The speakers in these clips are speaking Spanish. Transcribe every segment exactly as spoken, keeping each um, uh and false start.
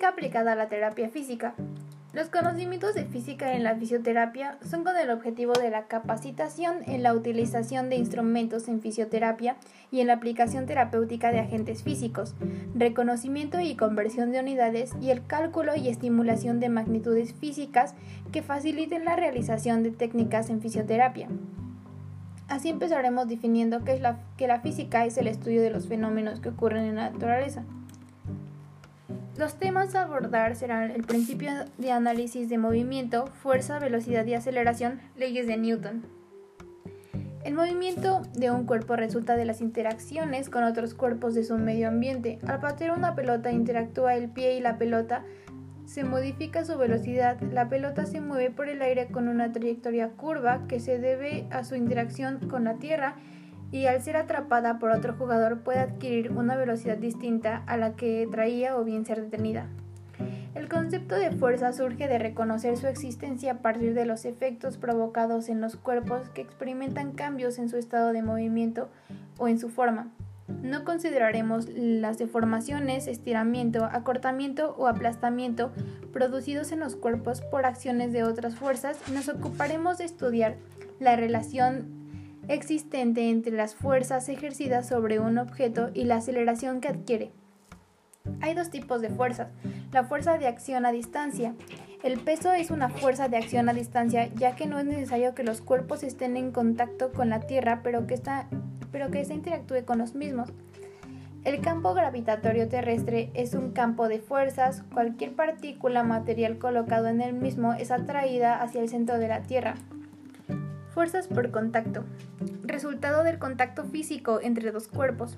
Física aplicada a la terapia física. Los conocimientos de física en la fisioterapia son con el objetivo de la capacitación en la utilización de instrumentos en fisioterapia y en la aplicación terapéutica de agentes físicos, reconocimiento y conversión de unidades y el cálculo y estimulación de magnitudes físicas que faciliten la realización de técnicas en fisioterapia. Así empezaremos definiendo que, es la, que la física es el estudio de los fenómenos que ocurren en la naturaleza. Los temas a abordar serán el principio de análisis de movimiento, fuerza, velocidad y aceleración, leyes de Newton. El movimiento de un cuerpo resulta de las interacciones con otros cuerpos de su medio ambiente. Al patear una pelota interactúa el pie y la pelota, se modifica su velocidad. La pelota se mueve por el aire con una trayectoria curva que se debe a su interacción con la tierra y al ser atrapada por otro jugador puede adquirir una velocidad distinta a la que traía o bien ser detenida. El concepto de fuerza surge de reconocer su existencia a partir de los efectos provocados en los cuerpos que experimentan cambios en su estado de movimiento o en su forma. No consideraremos las deformaciones, estiramiento, acortamiento o aplastamiento producidos en los cuerpos por acciones de otras fuerzas y nos ocuparemos de estudiar la relación existente entre las fuerzas ejercidas sobre un objeto y la aceleración que adquiere. Hay dos tipos de fuerzas. La fuerza de acción a distancia. El peso es una fuerza de acción a distancia, ya que no es necesario que los cuerpos estén en contacto con la Tierra, pero que esta, pero que ésta interactúe con los mismos. El campo gravitatorio terrestre es un campo de fuerzas. Cualquier partícula material colocado en el mismo es atraída hacia el centro de la Tierra. Fuerzas por contacto. Resultado del contacto físico entre dos cuerpos.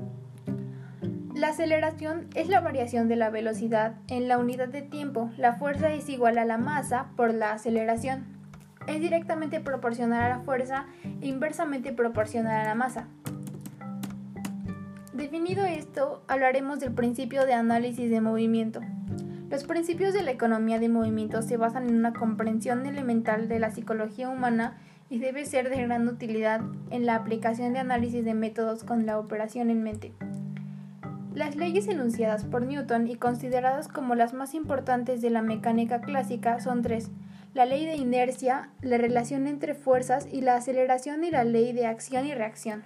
La aceleración es la variación de la velocidad en la unidad de tiempo. La fuerza es igual a la masa por la aceleración. Es directamente proporcional a la fuerza e inversamente proporcional a la masa. Definido esto, hablaremos del principio de análisis de movimiento. Los principios de la economía de movimiento se basan en una comprensión elemental de la psicología humana y debe ser de gran utilidad en la aplicación de análisis de métodos con la operación en mente. Las leyes enunciadas por Newton y consideradas como las más importantes de la mecánica clásica son tres: la ley de inercia, la relación entre fuerzas y la aceleración y la ley de acción y reacción.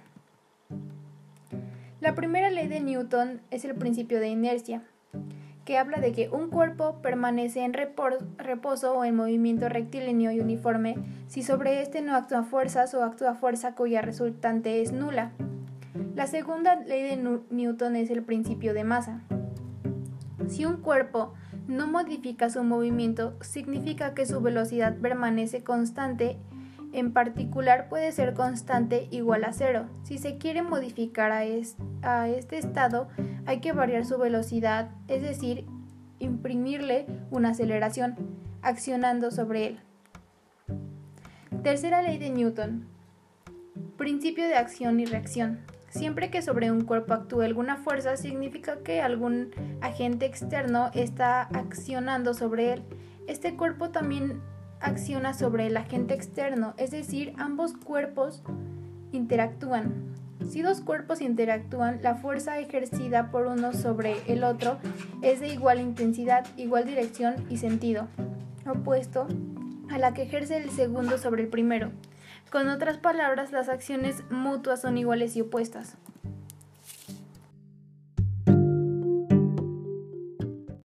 La primera ley de Newton es el principio de inercia, que habla de que un cuerpo permanece en reposo o en movimiento rectilíneo y uniforme si sobre éste no actúa fuerzas o actúa fuerza cuya resultante es nula. La segunda ley de Newton es el principio de masa. Si un cuerpo no modifica su movimiento, significa que su velocidad permanece constante. En particular, puede ser constante igual a cero. Si se quiere modificar a, es, a este estado, hay que variar su velocidad, es decir, imprimirle una aceleración, accionando sobre él. Tercera ley de Newton. Principio de acción y reacción. Siempre que sobre un cuerpo actúe alguna fuerza, significa que algún agente externo está accionando sobre él. Este cuerpo también acciona sobre el agente externo, es decir, ambos cuerpos interactúan. Si dos cuerpos interactúan, la fuerza ejercida por uno sobre el otro es de igual intensidad, igual dirección y sentido opuesto a la que ejerce el segundo sobre el primero. Con otras palabras, las acciones mutuas son iguales y opuestas.